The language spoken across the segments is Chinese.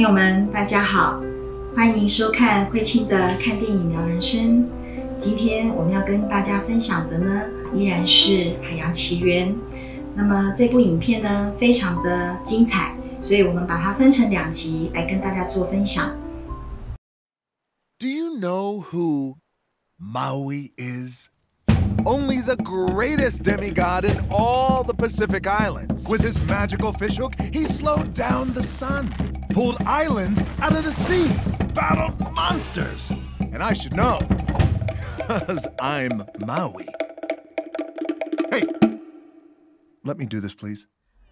朋友们，大家好，欢迎收看慧清的看电影聊人生。今天我们要跟大家分享的呢，依然是《海洋奇缘》。那么这部影片呢，非常的精彩，所以我们把它分成2集来跟大家做分享。 Do you know who Maui is? Only the greatest demigod in all the Pacific Islands. With his magical fishhook, he slowed down the sun, pulled islands out of the sea, battled monsters. And I should know, because I'm Maui. Hey, let me do this, please.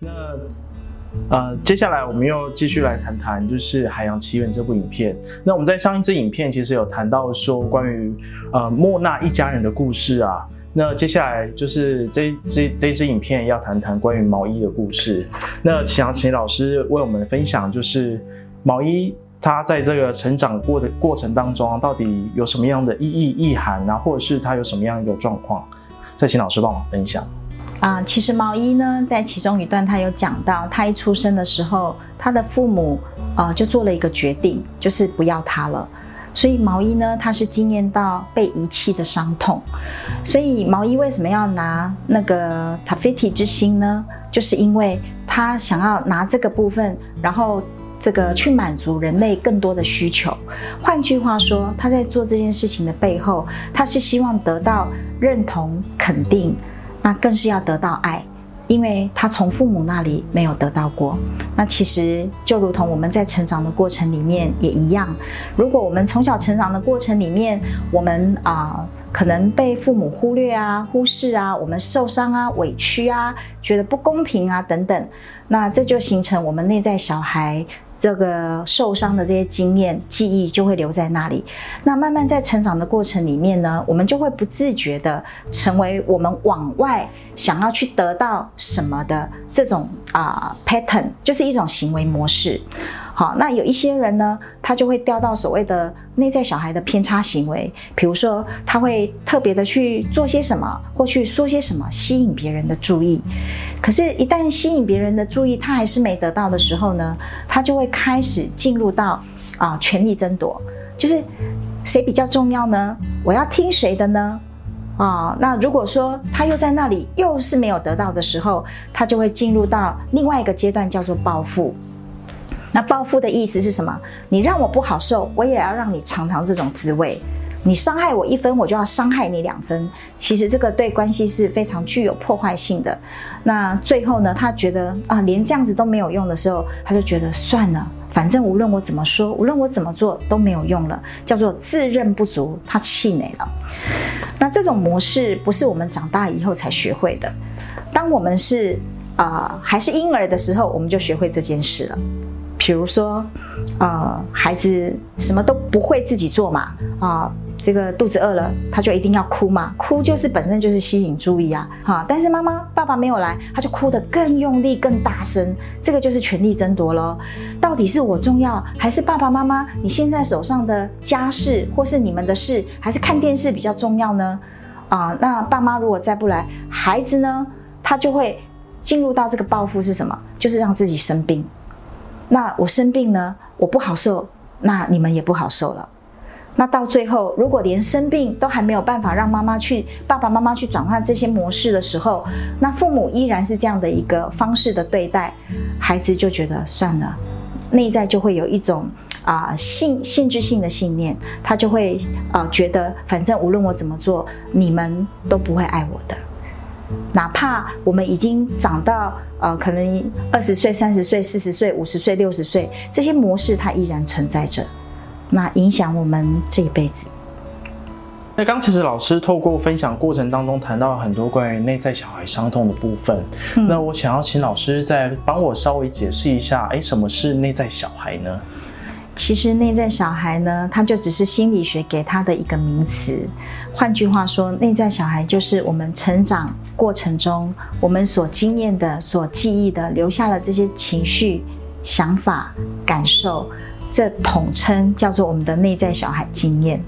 接下来我们又继续来谈就是《海洋奇缘》这部影片。那我们在上一支影片其实有谈到说关于莫娜一家人的故事啊。那接下来就是这支影片要谈关于毛衣的故事。那想请老师为我们分享，就是毛衣他在这个成长过程当中，到底有什么样的意涵啊，或者是他有什么样一个状况？再请老师帮我们分享。 其实毛衣呢，在其中一段他有讲到，他一出生的时候，他的父母就做了一个决定，就是不要他了。所以毛衣呢，他是经验到被遗弃的伤痛。所以毛衣为什么要拿那个 Tafiti 之心呢？就是因为他想要拿这个部分，然后这个去满足人类更多的需求。换句话说，他在做这件事情的背后，他是希望得到认同、肯定，那更是要得到爱，因为他从父母那里没有得到过。那其实就如同我们在成长的过程里面也一样，如果我们从小成长的过程里面，我们可能被父母忽略啊、忽视啊，我们受伤啊、委屈啊、觉得不公平啊等等，那这就形成我们内在小孩这个受伤的这些经验记忆就会留在那里。那慢慢在成长的过程里面呢，我们就会不自觉的成为我们往外想要去得到什么的这种pattern， 就是一种行为模式。好，那有一些人呢，他就会掉到所谓的内在小孩的偏差行为，比如说他会特别的去做些什么，或去说些什么，吸引别人的注意。可是，一旦吸引别人的注意，他还是没得到的时候呢，他就会开始进入到权力争夺，就是谁比较重要呢？我要听谁的呢？那如果说他又在那里又是没有得到的时候，他就会进入到另外一个阶段，叫做报复。那报复的意思是什么？你让我不好受，我也要让你尝尝这种滋味。你伤害我1分，我就要伤害你2分。其实这个对关系是非常具有破坏性的。那最后呢，他觉得连这样子都没有用的时候，他就觉得算了，反正无论我怎么说，无论我怎么做都没有用了，叫做自认不足，他气馁了。那这种模式不是我们长大以后才学会的。当我们是还是婴儿的时候，我们就学会这件事了。比如说，孩子什么都不会自己做嘛，这个肚子饿了，他就一定要哭嘛，哭就是本身就是吸引注意啊，但是爸爸没有来，他就哭得更用力、更大声，这个就是权力争夺咯。到底是我重要，还是爸爸妈妈你现在手上的家事或是你们的事，还是看电视比较重要呢？那爸妈如果再不来，孩子呢，他就会进入到这个报复是什么？就是让自己生病。那我生病呢，我不好受，那你们也不好受了。那到最后，如果连生病都还没有办法让爸爸妈妈去转换这些模式的时候，那父母依然是这样的一个方式的对待，孩子就觉得算了，内在就会有一种限制性的信念，他就会觉得反正无论我怎么做，你们都不会爱我的。哪怕我们已经长到可能20岁、30岁、40岁、50岁、60岁，这些模式它依然存在着，那影响我们这一辈子。 那刚其实老师透过分享过程当中谈到很多关于内在小孩伤痛的部分，那我想要请老师再帮我稍微解释一下，什么是内在小孩呢？ 其实内在小孩呢，它就只是心理学给他的一个名词。换句话说，内在小孩就是我们成长过程中我们所经验的、所记忆的，留下了这些情绪、想法、感受，这统称叫做我们的内在小孩经验。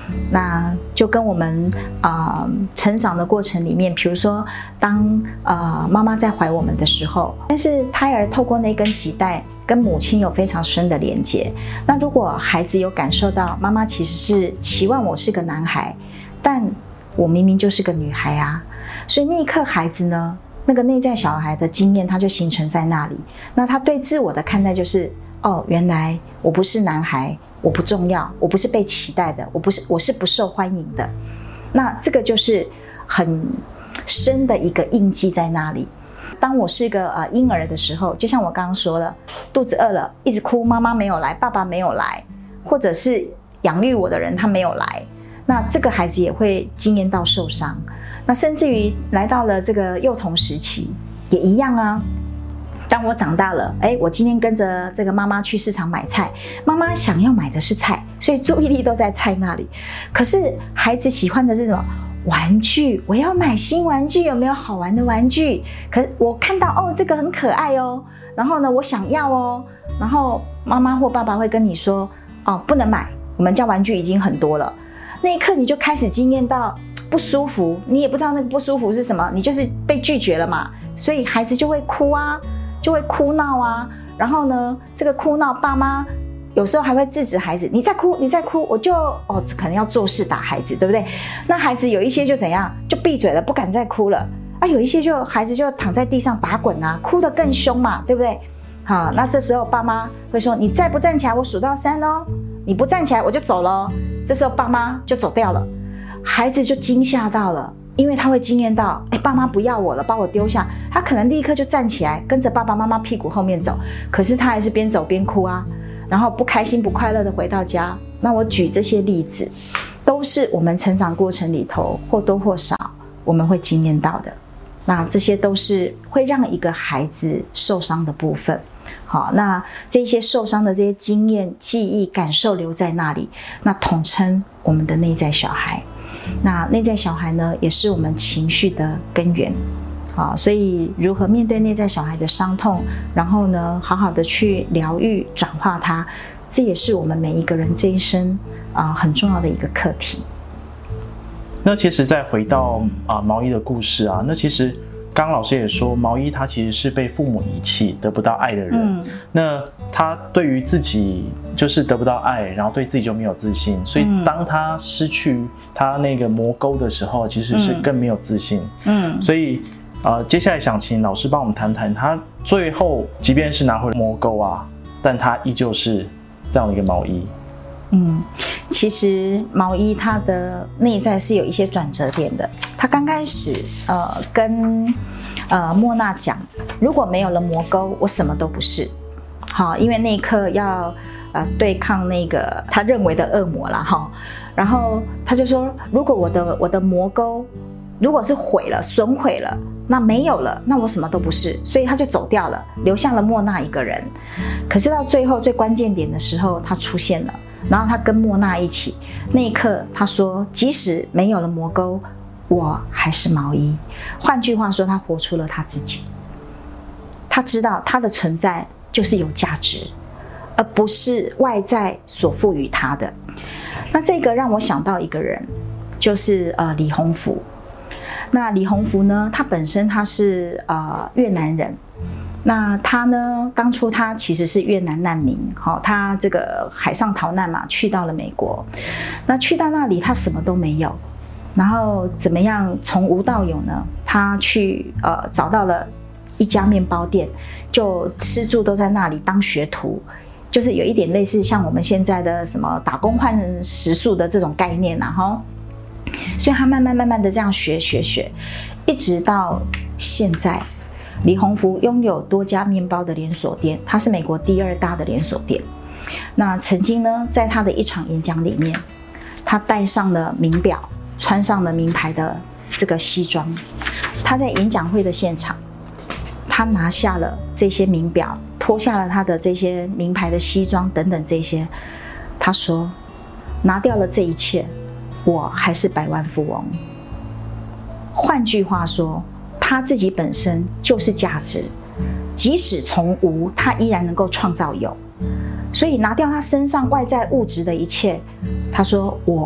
那就跟我们成长的过程里面，比如说当妈妈在怀我们的时候，但是胎儿透过那根脐带跟母亲有非常深的连结。那如果孩子有感受到妈妈其实是期望我是个男孩，但我明明就是个女孩啊，所以那一刻孩子呢，那个内在小孩的经验它就形成在那里。那他对自我的看待就是原来我不是男孩，我不重要，我不是被期待的，我是不受欢迎的。那这个就是很深的一个印记在那里。当我是个婴儿的时候，就像我刚刚说了，肚子饿了一直哭，妈妈没有来，爸爸没有来，或者是养育我的人他没有来，那这个孩子也会经验到受伤。那甚至于来到了这个幼童时期也一样啊。当我长大了，我今天跟着这个妈妈去市场买菜，妈妈想要买的是菜，所以注意力都在菜那里。可是孩子喜欢的是什么？玩具，我要买新玩具，有没有好玩的玩具？可是我看到这个很可爱哦，然后呢我想要哦，然后妈妈或爸爸会跟你说不能买，我们家玩具已经很多了。那一刻你就开始经验到不舒服，你也不知道那个不舒服是什么，你就是被拒绝了嘛，所以孩子就会哭啊，就会哭闹啊。然后呢这个哭闹，爸妈有时候还会制止孩子，你再哭你再哭，我就可能要做事打孩子，对不对？那孩子有一些就怎样，就闭嘴了，不敢再哭了有一些孩子就躺在地上打滚啊，哭得更凶嘛，对不对？好，那这时候爸妈会说，你再不站起来我数到3哦，你不站起来我就走了。这时候爸妈就走掉了，孩子就惊吓到了，因为他会经验到爸妈不要我了，把我丢下，他可能立刻就站起来跟着爸爸妈妈屁股后面走，可是他还是边走边哭啊，然后不开心不快乐的回到家。那我举这些例子都是我们成长过程里头或多或少我们会经验到的，那这些都是会让一个孩子受伤的部分。好，那这些受伤的这些经验、记忆、感受留在那里，那统称我们的内在小孩。那内在小孩呢，也是我们情绪的根源。好，所以如何面对内在小孩的伤痛，然后呢，好好的去疗愈、转化它，这也是我们每一个人这一生很重要的一个课题。 那其实再回到毛衣的故事那其实刚刚老师也说，毛衣他其实是被父母遗弃，得不到爱的人。那他对于自己就是得不到爱，然后对自己就没有自信，所以当他失去他那个魔钩的时候，其实是更没有自信。所以接下来想请老师帮我们谈谈，他最后即便是拿回魔钩但他依旧是这样的一个毛衣。 其实毛衣它的内在是有一些转折点的。他刚开始跟莫娜讲，如果没有了魔钩，我什么都不是。好，因为那一刻要对抗那个他认为的恶魔啦然后他就说，如果我的魔钩如果是毁了、损毁了，那没有了，那我什么都不是。所以他就走掉了，留下了莫娜一个人。可是到最后最关键点的时候，他出现了，然后他跟莫娜一起，那一刻他说，即使没有了魔钩，我还是毛衣。换句话说，他活出了他自己。他知道他的存在就是有价值，而不是外在所赋予他的。那这个让我想到一个人，就是李洪福。那李洪福呢，他本身他是越南人。那他呢，当初他其实是越南难民，他这个海上逃难嘛，去到了美国。那去到那里他什么都没有，然后怎么样从无到有呢？他去找到了一家面包店，就吃住都在那里当学徒，就是有一点类似像我们现在的什么打工换食宿的这种概念所以他慢慢的这样学，一直到现在。李洪福拥有多家面包的连锁店，他是美国第2大的连锁店。那曾经呢，在他的一场演讲里面，他戴上了名表，穿上了名牌的这个西装。他在演讲会的现场，他拿下了这些名表，脱下了他的这些名牌的西装等等这些。他说，拿掉了这一切，我还是百万富翁。换句话说，他自己本身就是价值，即使从无，他依然能够创造有。所以拿掉他身上外在物质的一切，他说我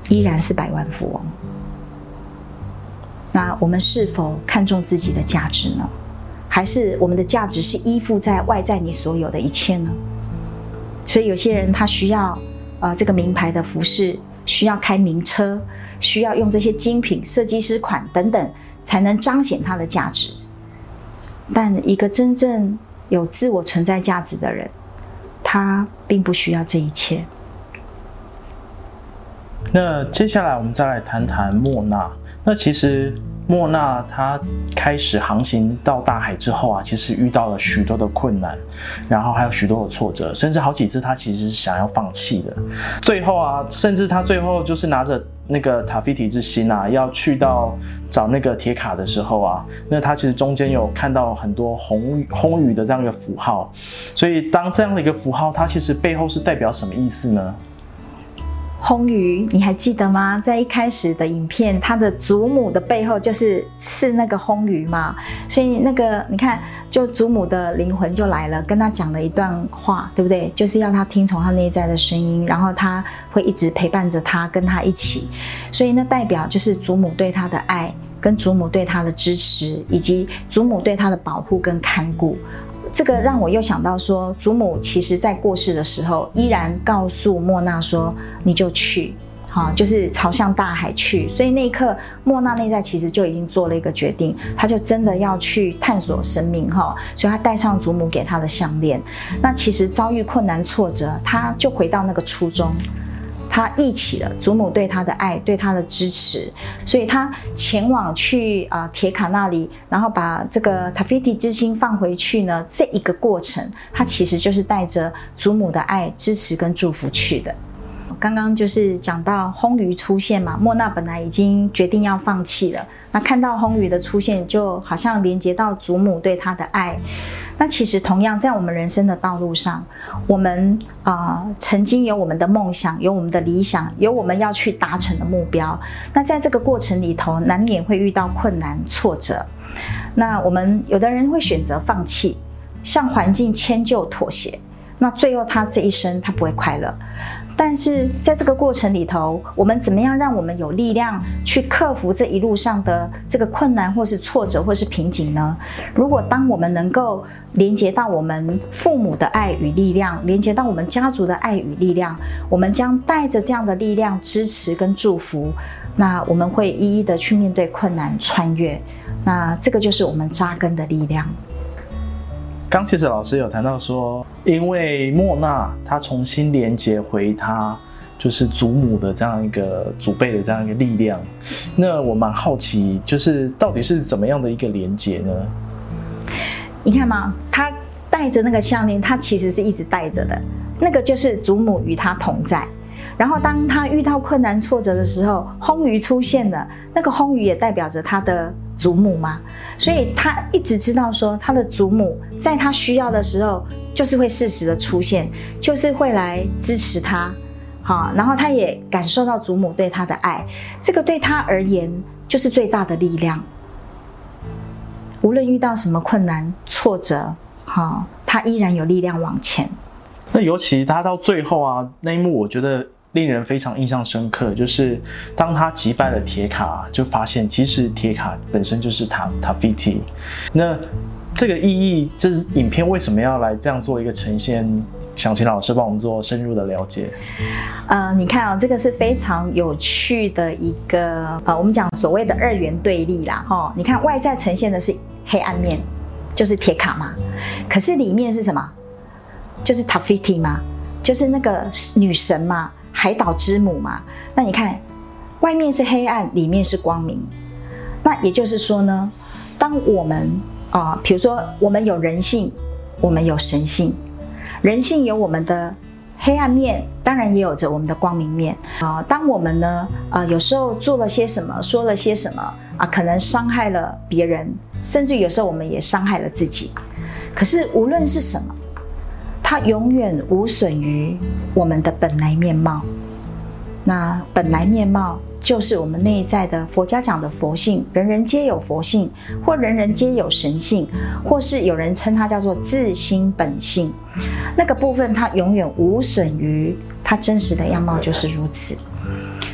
依然是百万富翁。那我们是否看重自己的价值呢？还是我们的价值是依附在外在你所有的一切呢？所以有些人他需要这个名牌的服饰，需要开名车，需要用这些精品设计师款等等，才能彰显他的价值。但一个真正有自我存在价值的人，他并不需要这一切。 那接下来我们再来谈谈莫娜。那其实莫娜她开始航行到大海之后啊，其实遇到了许多的困难，然后还有许多的挫折，甚至好几次她其实是想要放弃的。最后啊，甚至她最后就是拿着那个塔菲提之心啊，要去到找那个铁卡的时候啊，那她其实中间有看到很多红鱼的这样一个符号。所以当这样的一个符号，它其实背后是代表什么意思呢？ 红鱼，你还记得吗？在一开始的影片，他的祖母的背后就是那个红鱼嘛，所以那个你看，就祖母的灵魂就来了，跟他讲了一段话，对不对？就是要他听从他内在的声音，然后他会一直陪伴着他，跟他一起。所以那代表就是祖母对他的爱，跟祖母对他的支持，以及祖母对他的保护跟看顾。这个让我又想到说，祖母其实在过世的时候，依然告诉莫娜说：“你就去，就是朝向大海去。”所以那一刻，莫娜内在其实就已经做了一个决定，她就真的要去探索生命所以她戴上祖母给她的项链。那其实遭遇困难挫折，她就回到那个初衷。他忆起了祖母对他的爱，对他的支持，所以他前往去铁卡那里，然后把这个塔菲提之心放回去呢。这一个过程，他其实就是带着祖母的爱、支持跟祝福去的。刚刚就是讲到红鱼出现嘛，莫娜本来已经决定要放弃了，那看到红鱼的出现，就好像连接到祖母对他的爱。那其实同样在我们人生的道路上，我们曾经有我们的梦想，有我们的理想，有我们要去达成的目标。那在这个过程里头，难免会遇到困难挫折。那我们有的人会选择放弃，向环境迁就妥协，那最后他这一生他不会快乐。但是在这个过程里头，我们怎么样让我们有力量去克服这一路上的这个困难或是挫折或是瓶颈呢？如果当我们能够连接到我们父母的爱与力量，连接到我们家族的爱与力量，我们将带着这样的力量支持跟祝福，那我们会一一的去面对困难穿越，那这个就是我们扎根的力量。 刚其实老师有谈到说，因为莫娜她重新连接回她就是祖母的这样一个祖辈的这样一个力量，那我蛮好奇，就是到底是怎么样的一个连接呢？ 你看嘛，她带着那个项链，她其实是一直带着的，那个就是祖母与她同在。然后当她遇到困难挫折的时候，红鱼出现了，那个红鱼也代表着她的祖母嘛，所以他一直知道说，他的祖母在他需要的时候，就是会适时的出现，就是会来支持他，然后他也感受到祖母对他的爱，这个对他而言就是最大的力量。无论遇到什么困难挫折，他依然有力量往前。 那尤其他到最后啊，那一幕我觉得令人非常印象深刻，就是当他击败了铁卡，就发现其实铁卡本身就是塔菲提。那这个意义，这影片为什么要来这样做一个呈现？想请老师帮我们做深入的了解。 你看这个是非常有趣的一个我们讲所谓的二元对立啦，你看外在呈现的是黑暗面，就是铁卡嘛，可是里面是什么？就是塔菲提嘛，就是那个女神嘛。海岛之母嘛，那你看，外面是黑暗，里面是光明。那也就是说呢，当我们比如说我们有人性，我们有神性，人性有我们的黑暗面，当然也有着我们的光明面。当我们呢，有时候做了些什么，说了些什么可能伤害了别人，甚至有时候我们也伤害了自己。可是无论是什么，它永远无损于我们的本来面貌。那本来面貌就是我们内在的佛家讲的佛性，人人皆有佛性，或人人皆有神性，或是有人称它叫做自心本性。那个部分它永远无损于它真实的样貌，就是如此。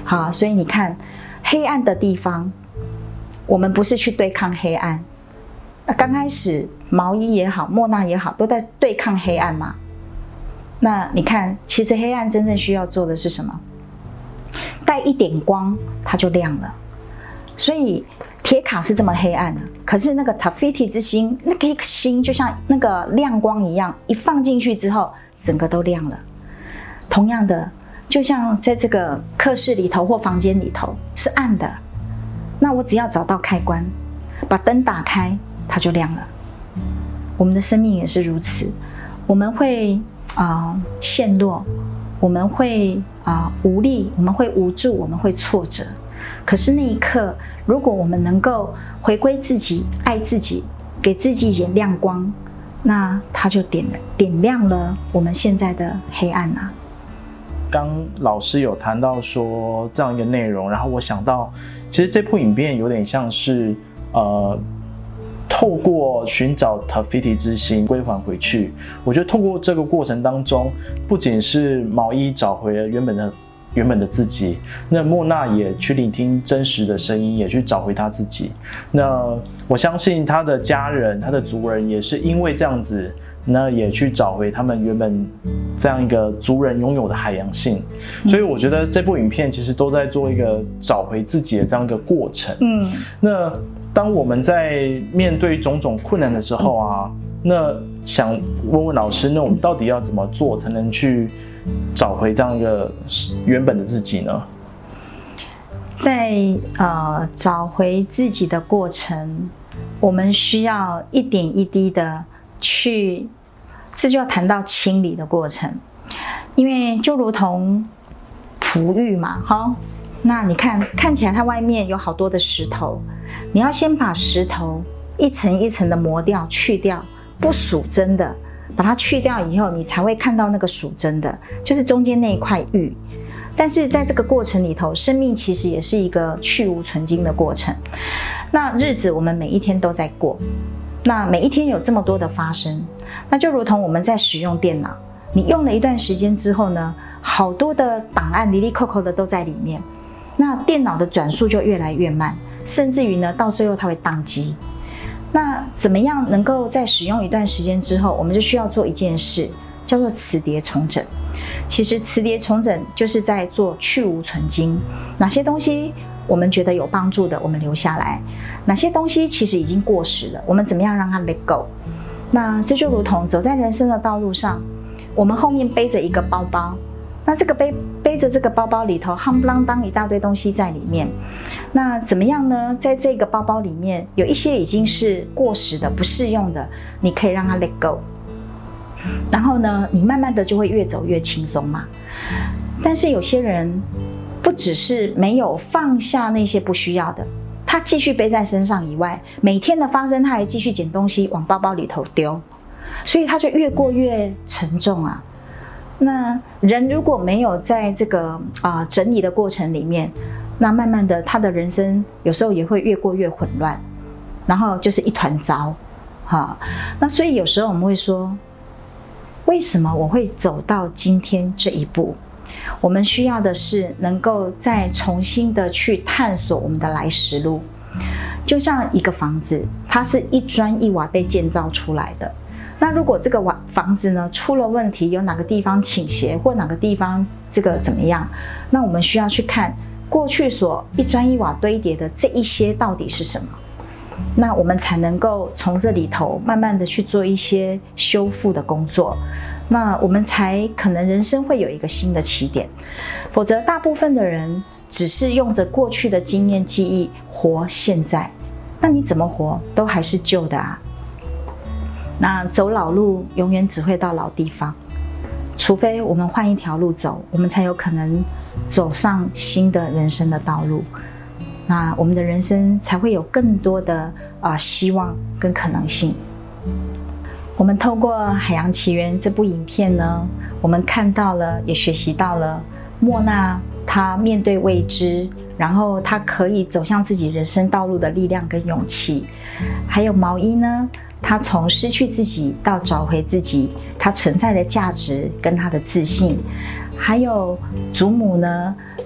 好，所以你看，黑暗的地方，我们不是去对抗黑暗。刚开始毛衣也好，莫娜也好，都在对抗黑暗嘛。那你看，其实黑暗真正需要做的是什么？带一点光，它就亮了。所以铁卡是这么黑暗的，可是那个 Tafiti 之心，那个心就像那个亮光一样，一放进去之后，整个都亮了。同样的，就像在这个课室里头或房间里头是暗的，那我只要找到开关，把灯打开，它就亮了。我们的生命也是如此，我们会陷落，我们会无力，我们会无助，我们会挫折。可是那一刻，如果我们能够回归自己，爱自己，给自己一点亮光，那它就点亮了我们现在的黑暗啊。 刚老师有谈到说这样一个内容，然后我想到，其实这部影片有点像是透过寻找 Tafiti 之心归还回去。我觉得透过这个过程当中，不仅是毛衣找回了原本的自己，那莫娜也去聆听真实的声音，也去找回他自己。那我相信他的家人、他的族人也是因为这样子，那也去找回他们原本这样一个族人拥有的海洋性。所以我觉得这部影片其实都在做一个找回自己的这样一个过程。那当我们在面对种种困难的时候啊，那想问问老师，那我们到底要怎么做才能去找回这样一个原本的自己呢？ 在找回自己的过程，我们需要一点一滴的去，这就要谈到清理的过程。因为就如同璞玉嘛，好，那你看起来它外面有好多的石头，你要先把石头一层一层的磨掉、去掉，不属真的，把它去掉以后，你才会看到那个属真的，就是中间那一块玉。但是在这个过程里头，生命其实也是一个去无存精的过程。那日子我们每一天都在过，那每一天有这么多的发生，那就如同我们在使用电脑，你用了一段时间之后呢，好多的档案哩哩扣扣的都在里面，那电脑的转速就越来越慢，甚至于呢，到最后它会宕机。那怎么样能够在使用一段时间之后，我们就需要做一件事，叫做磁碟重整。其实磁碟重整就是在做去无存精，哪些东西我们觉得有帮助的，我们留下来；哪些东西其实已经过时了，我们怎么样让它 let go？ 那这就如同走在人生的道路上，我们后面背着一个包包，那这个背着这个包包里头夯不啷当一大堆东西在里面，那怎么样呢？在这个包包里面有一些已经是过时的、不适用的，你可以让它 let go。然后呢，你慢慢的就会越走越轻松嘛。但是有些人不只是没有放下那些不需要的，他继续背在身上以外，每天的发生他还继续捡东西往包包里头丢，所以他就越过越沉重啊。那人如果没有在这个整理的过程里面，那慢慢的他的人生有时候也会越过越混乱，然后就是一团糟。那所以有时候我们会说，为什么我会走到今天这一步？我们需要的是能够再重新的去探索我们的来时路。就像一个房子，它是一砖一瓦被建造出来的。那如果这个房子呢出了问题，有哪个地方倾斜或哪个地方这个怎么样，那我们需要去看过去所一砖一瓦堆叠的这一些到底是什么，那我们才能够从这里头慢慢的去做一些修复的工作，那我们才可能人生会有一个新的起点。否则大部分的人只是用着过去的经验记忆活现在，那你怎么活都还是旧的啊。那走老路永远只会到老地方，除非我们换一条路走，我们才有可能走上新的人生的道路，那我们的人生才会有更多的希望跟可能性。我们透过《海洋奇缘》这部影片呢，我们看到了，也学习到了莫娜她面对未知，然后她可以走向自己人生道路的力量跟勇气。还有毛衣呢，他从失去自己到找回自己，他存在的价值跟他的自信。还有祖母呢，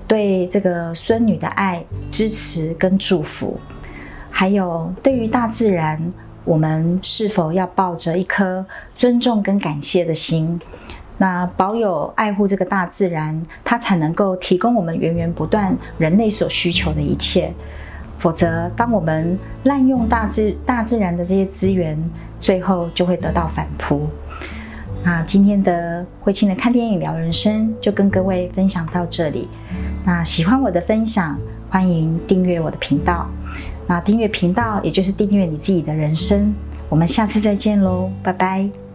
对这个孙女的爱、支持跟祝福，还有对于大自然，我们是否要抱着一颗尊重跟感谢的心，那保有爱护这个大自然，它才能够提供我们源源不断人类所需求的一切。否则，当我们滥用大自然的这些资源，最后就会得到反扑。那今天的慧清的看电影聊人生就跟各位分享到这里。那喜欢我的分享，欢迎订阅我的频道。那订阅频道，也就是订阅你自己的人生。我们下次再见喽，拜拜。